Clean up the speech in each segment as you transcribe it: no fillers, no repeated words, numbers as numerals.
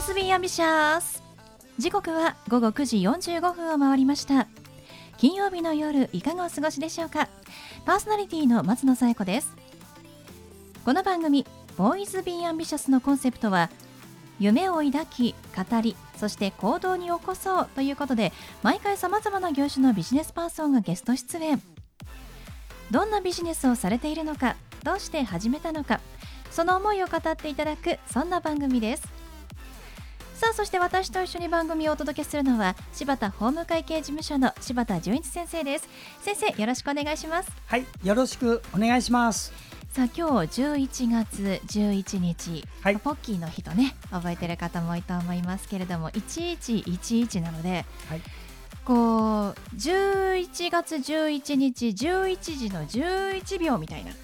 Boys Be Ambitious。時刻は午後9時45分を回りました。金曜日の夜いかがお過ごしでしょうか。パーソナリティの松野紗友子です。この番組 Boys Be Ambitious のコンセプトは、夢を抱き語り、そして行動に起こそうということで、毎回さまざまな業種のビジネスパーソンがゲスト出演。どんなビジネスをされているのか、どうして始めたのか、その思いを語っていただく、そんな番組です。さあ、そして私と一緒に番組をお届けするのは、柴田法務会計事務所の柴田純一先生です。先生、よろしくお願いします。 はい、よろしくお願いします。 さあ、今日11月11日、 はい、 ポッキーの日とね、覚えてる方も多いと思いますけれども、1111なので、 はい、 こう11月11日11時の11秒みたいな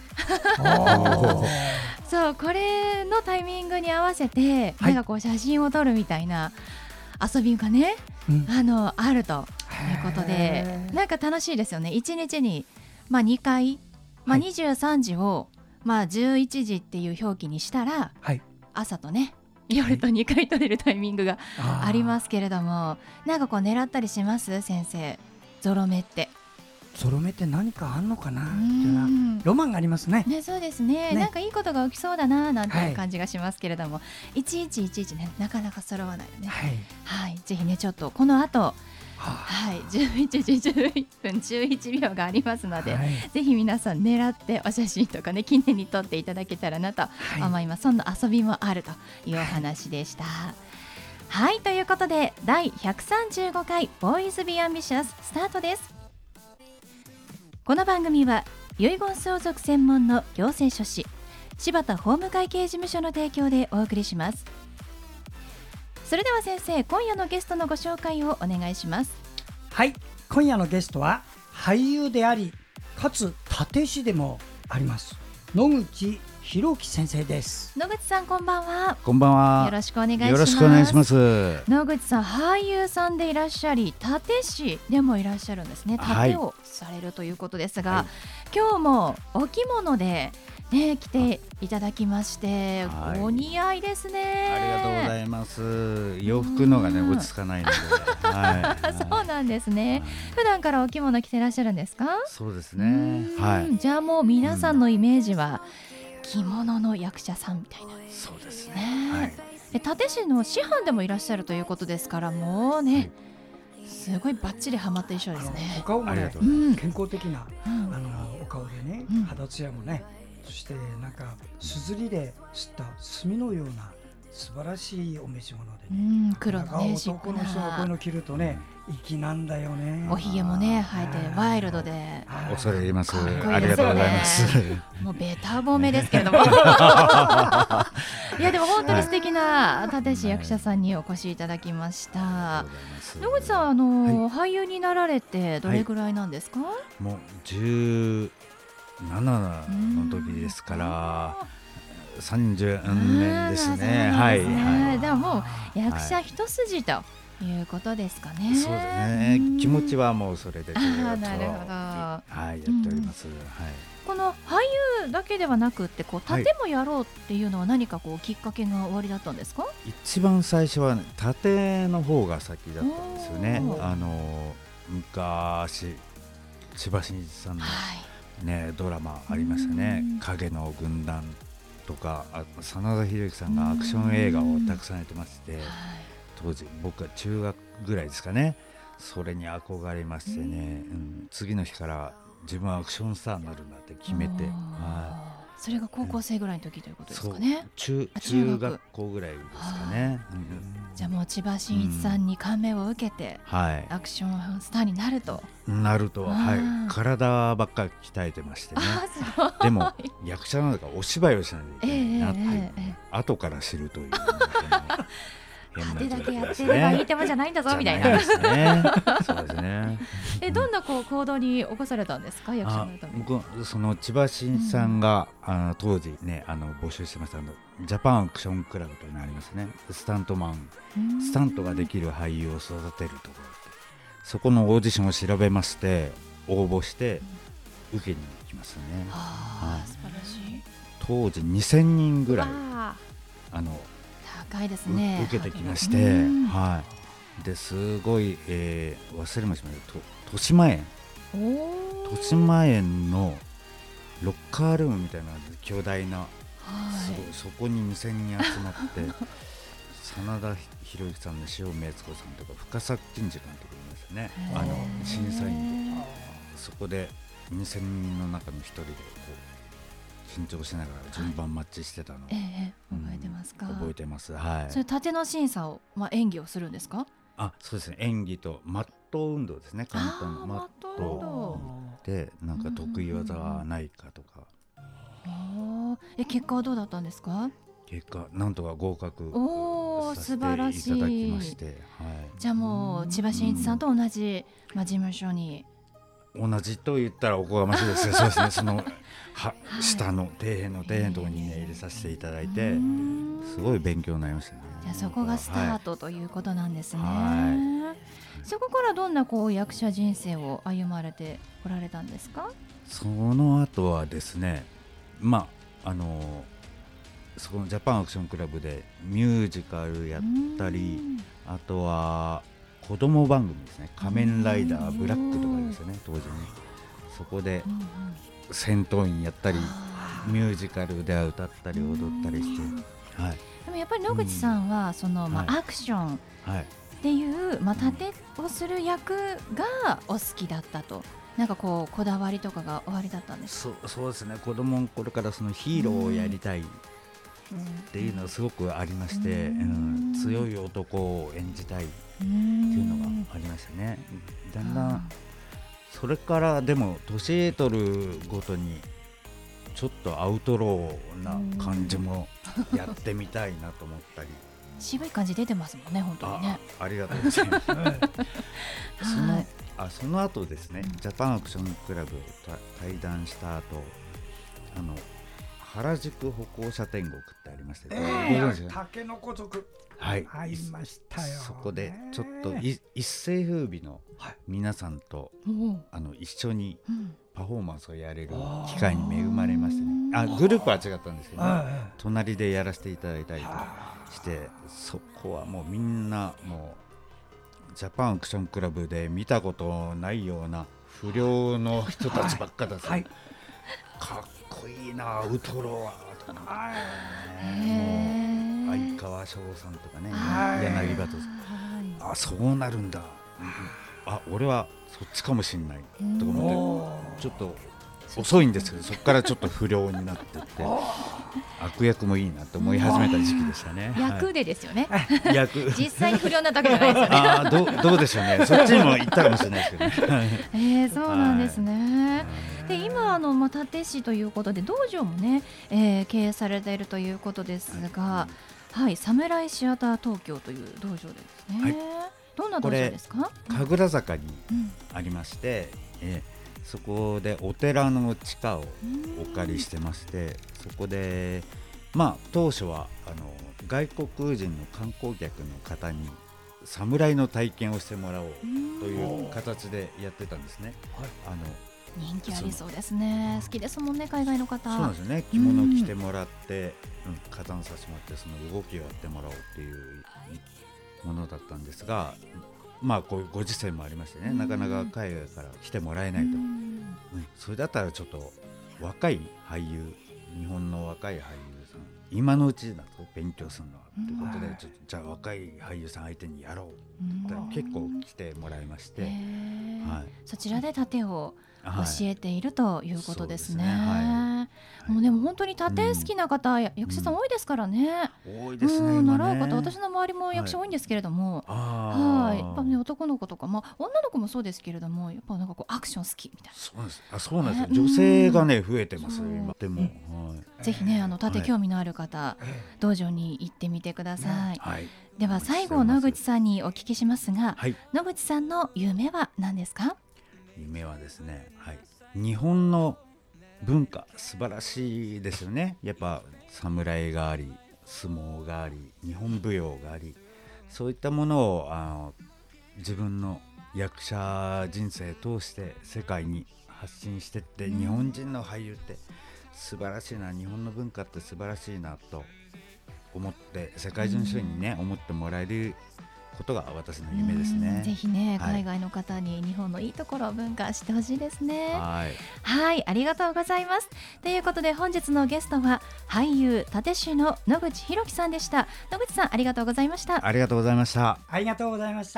そう、これのタイミングに合わせて、なんかこう写真を撮るみたいな遊びがね、あるということで、なんか楽しいですよね。1日に、2回、23時を、11時っていう表記にしたら、朝とね夜と2回撮れるタイミングがありますけれども、なんかこう狙ったりします？先生、ゾロ目って。 ゾロ目って何かあんのかな。ロマンがありますね。 そうですね。なんかいいことが起きそうだななんていう感じがしますけれども、1111ね、なかなか揃わないよね。はい、ぜひね、ちょっとこの後、11時11分11秒がありますので、ぜひ皆さん狙ってお写真とかね、記念に撮っていただけたらなと思います。そんな遊びもあるというお話でした。はい、ということで第135回 Boys Be Ambitious スタートです。この番組は遺言相続専門の行政書士柴田法務会計事務所の提供でお送りします。それでは先生、今夜のゲストのご紹介をお願いします。 はい、今夜のゲストは俳優であり、かつ立石でもあります野口博樹先生です。 野口さん、こんばんは。 こんばんは。 よろしくお願いします。 よろしくお願いします。 野口さん、俳優さんでいらっしゃり、立師でもいらっしゃるんですね。立をされるということですが、今日もお着物で来ていただきまして、お似合いですね。 ありがとうございます。洋服のがね、落ち着かないので、 そうなんですね。普段からお着物着てらっしゃるんですか？ そうですね。 じゃあもう皆さんのイメージは着物の役者さんみたいな。 そうですね。 立師の師範でもいらっしゃるということですから、もうね、すごいバッチリハマった衣装ですね。 お顔もね、健康的なお顔でね、肌ツヤもね、そしてなんかすずりで吸った墨のような素晴らしいお召し物でね、 黒のね、シックな男の人がこういうの着るとね、粋なんだよね。 おひげもね生えてワイルドで、 恐れ入ります。 かっこいいですよね。 ありがとうございます。 もうベタ褒めですけれどもいや、でも本当に素敵な立師役者さんにお越しいただきました。野口さん、俳優になられてどれぐらいなんですか？ もう17の時ですから30年ですね。 でももう役者一筋ということですかね。 そうですね。気持ちはもうそれでずっとなるほど、 やっております。 この俳優だけではなくって、盾もやろうっていうのは何かきっかけがおありだったんですか？ 一番最初は盾の方が先だったんですよね。昔千葉真一さんのドラマありましたね。影の軍団とか、真田広之さんがアクション映画をたくさんやってまして、当時僕は中学ぐらいですかね。それに憧れましてね、次の日から自分はアクションスターになるんだって決めて、 それが高校生ぐらいの時ということですかね。 中学校ぐらいですかね。 じゃあもう千葉真一さんに感銘を受けて、アクションスターになると、 体ばっかり鍛えてましてね。でも役者なんだからお芝居をしないといけないなって後から知るという派手だけやってればいい手間じゃないんだぞみたいな。 そうですね。 どんな行動に起こされたんですか、役者になるために？ 僕、その千葉真一さんが当時ね、募集してましたジャパンアクションクラブというのがありますね。スタントができる俳優を育てるところ、そこのオーディションを調べまして、応募して受けに行きますね。 素晴らしい。 当時2000人ぐらい高いですね。 受けてきまして、はい、ですごい、忘れましたね、豊島園のロッカールームみたいな巨大な、そこに2000人集まって真田広之さんの塩見悦子さんとか深作欣二監督いますね、審査員で、そこで2000人の中の一人でこう緊張しながら順番マッチしてたのを、 覚えてますか？ 覚えてます。はい。 それ盾の審査を、演技をするんですか？ そうですね、演技とマット運動ですね。簡単なマットでなんか得意技はないかとか。 結果はどうだったんですか？ 結果なんとか合格させていただきまして、 じゃあもう千葉真一さんと同じ、事務所に。 同じと言ったらおこがましいですけど、そうですね、その下の底辺のところにね入れさせていただいて、すごい勉強になりましたね。 じゃあそこがスタートということなんですね。そこからどんな役者人生を歩まれてこられたんですか？ その後はですね、そこのジャパンアクションクラブでミュージカルやったり、あとは子供番組ですね、仮面ライダーブラックとかですよね、当時ね。そこで戦闘員やったり、ミュージカルでは歌ったり踊ったりして、 でもやっぱり野口さんはその、アクションっていう、盾をする役がお好きだったと、なんかこだわりとかがおありだったんですか？ そうですね、子供の頃からそのヒーローをやりたいっていうのがすごくありまして、強い男を演じたいっていうのがありましたね。だんだんそれからでも年取るごとにちょっとアウトローな感じもやってみたいなと思ったり渋い感じ出てますもんね、本当にね。 ありがとうございますその後ですね、ジャパンアクションクラブを退団した後、原宿歩行者天国ってありまして、 たけのこ族入りましたよ。 そこでちょっと一世風靡の皆さんと、一緒にパフォーマンスをやれる機会に恵まれましてね。グループは違ったんですけど、隣でやらせていただいたりとして、そこはもうみんなもうジャパンアクションクラブで見たことないような不良の人たちばっかだし、かっこいいなウトロはとか、もう相川翔さんとかね、柳葉とそうなるんだ、俺はそっちかもしんないとか思って、ちょっと遅いんですけど、そこからちょっと不良になってって悪役もいいなと思い始めた時期でしたね。 役でですよね。 実際に不良になったわけじゃないですよね。 どうでしょうね、そっちにも行ったかもしれないですけどね。 そうなんですね。で今立石ということで道場もね、経営されているということですが、サムライシアター東京という道場ですね。どんな道場ですか？ 神楽坂にありまして、そこでお寺の地下をお借りしてまして、そこで当初は外国人の観光客の方に侍の体験をしてもらおうという形でやってたんですね。 人気ありそうですね。好きですもんね、海外の方。 そうなんですね。着物着てもらって、加担させてもらって、その動きをやってもらおうっていうものだったんですが、こういうご時世もありましてね、なかなか海外から来てもらえないと、それだったらちょっと若い俳優、日本の若い俳優さん、今のうちだと勉強するのはということで、じゃあ若い俳優さん相手にやろうって言ったら結構来てもらいまして、 そちらで盾を教えているということですね。もうでも本当に盾好きな方、役者さん多いですからね。 多いですね。 習う方、私の周りも役者多いんですけれども、やっぱね、男の子とか、女の子もそうですけれども、やっぱなんかアクション好きみたいな。 そうなんですよ。女性がね増えてますよ今。でもぜひね、盾興味のある方、道場に行ってみてください。では最後、野口さんにお聞きしますが、野口さんの夢は何ですか？ 夢はですね、日本の文化素晴らしいですよね。やっぱ侍があり、相撲があり、日本舞踊があり、そういったものを自分の役者人生通して世界に発信してって、日本人の俳優って素晴らしいな、日本の文化って素晴らしいなと思って世界中の人にね、思ってもらえることが私の夢ですね。 ぜひね、海外の方に日本のいいところ文化してほしいですね。はい、ありがとうございます。ということで本日のゲストは俳優殺陣師の野口弘樹さんでした。野口さん、ありがとうございました。 ありがとうございました。 ありがとうございました。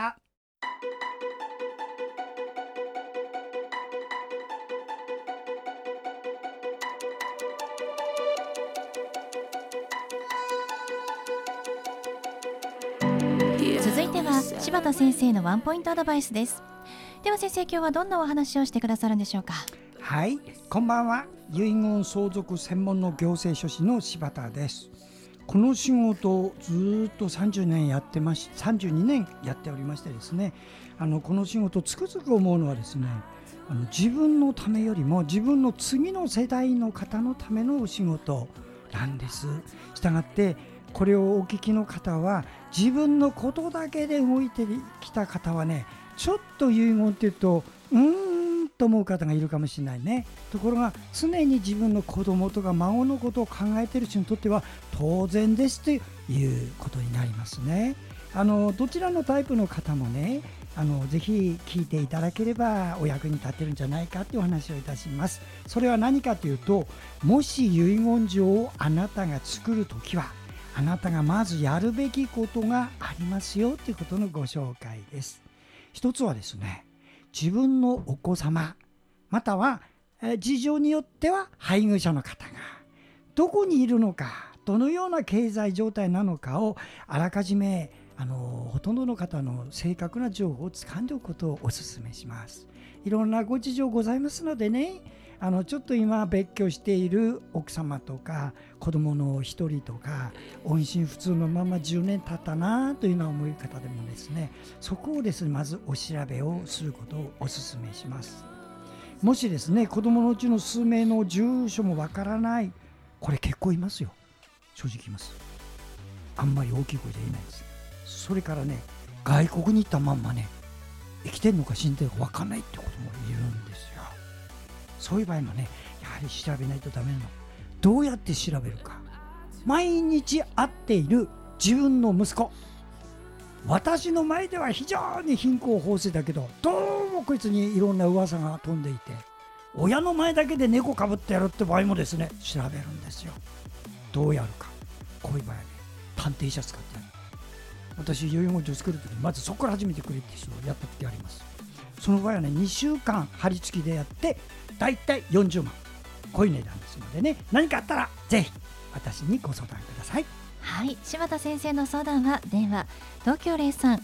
続いては柴田先生のワンポイントアドバイスです。では先生、今日はどんなお話をしてくださるんでしょうか。 はい、こんばんは。遺言相続専門の行政書士の柴田です。この仕事をずっと32年やっておりましてですね、この仕事つくづく思うのはですね、自分のためよりも自分の次の世代の方のためのお仕事なんです。したがってこれをお聞きの方は、自分のことだけで動いてきた方はね、ちょっと遺言って言うとと思う方がいるかもしれないね。ところが常に自分の子供とか孫のことを考えている人にとっては当然ですということになりますね。どちらのタイプの方もね、ぜひ聞いていただければお役に立てるんじゃないかというお話をいたします。それは何かというと、もし遺言状をあなたが作るときは、あなたがまずやるべきことがありますよということのご紹介です。一つはですね、自分のお子様または事情によっては配偶者の方がどこにいるのか、どのような経済状態なのかをあらかじめほとんどの方の正確な情報を掴んでおくことをお勧めします。いろんなご事情ございますのでね、ちょっと今別居している奥様とか子供の一人とか、音信不通のまま10年経ったなというような思い方でもですね、そこをですね、まずお調べをすることをお勧めします。もしですね、子供のうちの数名の住所もわからない、これ結構いますよ。正直言います。あんまり大きい声じゃ言えないです。それからね、外国に行ったまんまね、生きてるのか死んでるのかわかんないってこともいるんですよ。そういう場合もね、やはり調べないとダメなの。どうやって調べるか。毎日会っている自分の息子、私の前では非常に貧困法制だけど、どうもこいつにいろんな噂が飛んでいて、親の前だけで猫かぶってやるって場合もですね、調べるんですよ。どうやるか。こういう場合はね、探偵者使ってやる。私遺言状を作るときにまずそこから始めてくれって人をやった時あります。その場合はね、2週間張り付きでやってだいたい40万、こういう値段ですのでね、何かあったらぜひ私にご相談ください。 はい、柴田先生の相談は電話東京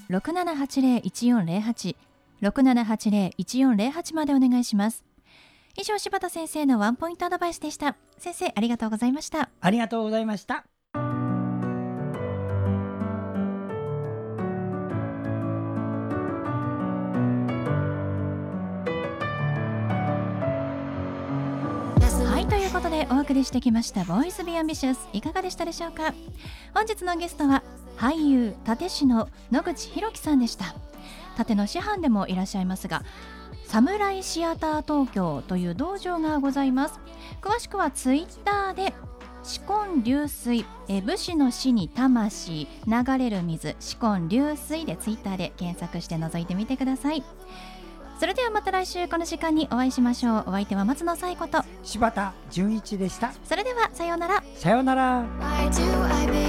03-6780-1408 6780-1408 までお願いします。以上、柴田先生のワンポイントアドバイスでした。先生、ありがとうございました。 ありがとうございました。 ということでお送りしてきましたボーイズビーアンビシャス、いかがでしたでしょうか。本日のゲストは俳優殺陣師の野口弘樹さんでした。殺陣の師範でもいらっしゃいますが、サムライシアター東京という道場がございます。詳しくはツイッターで紫紺流水、武士の死に魂、流れる水、紫紺流水でツイッターで検索して覗いてみてください。それではまた来週この時間にお会いしましょう。お相手は松野紗友子と柴田純一でした。 それではさようなら。 さようなら。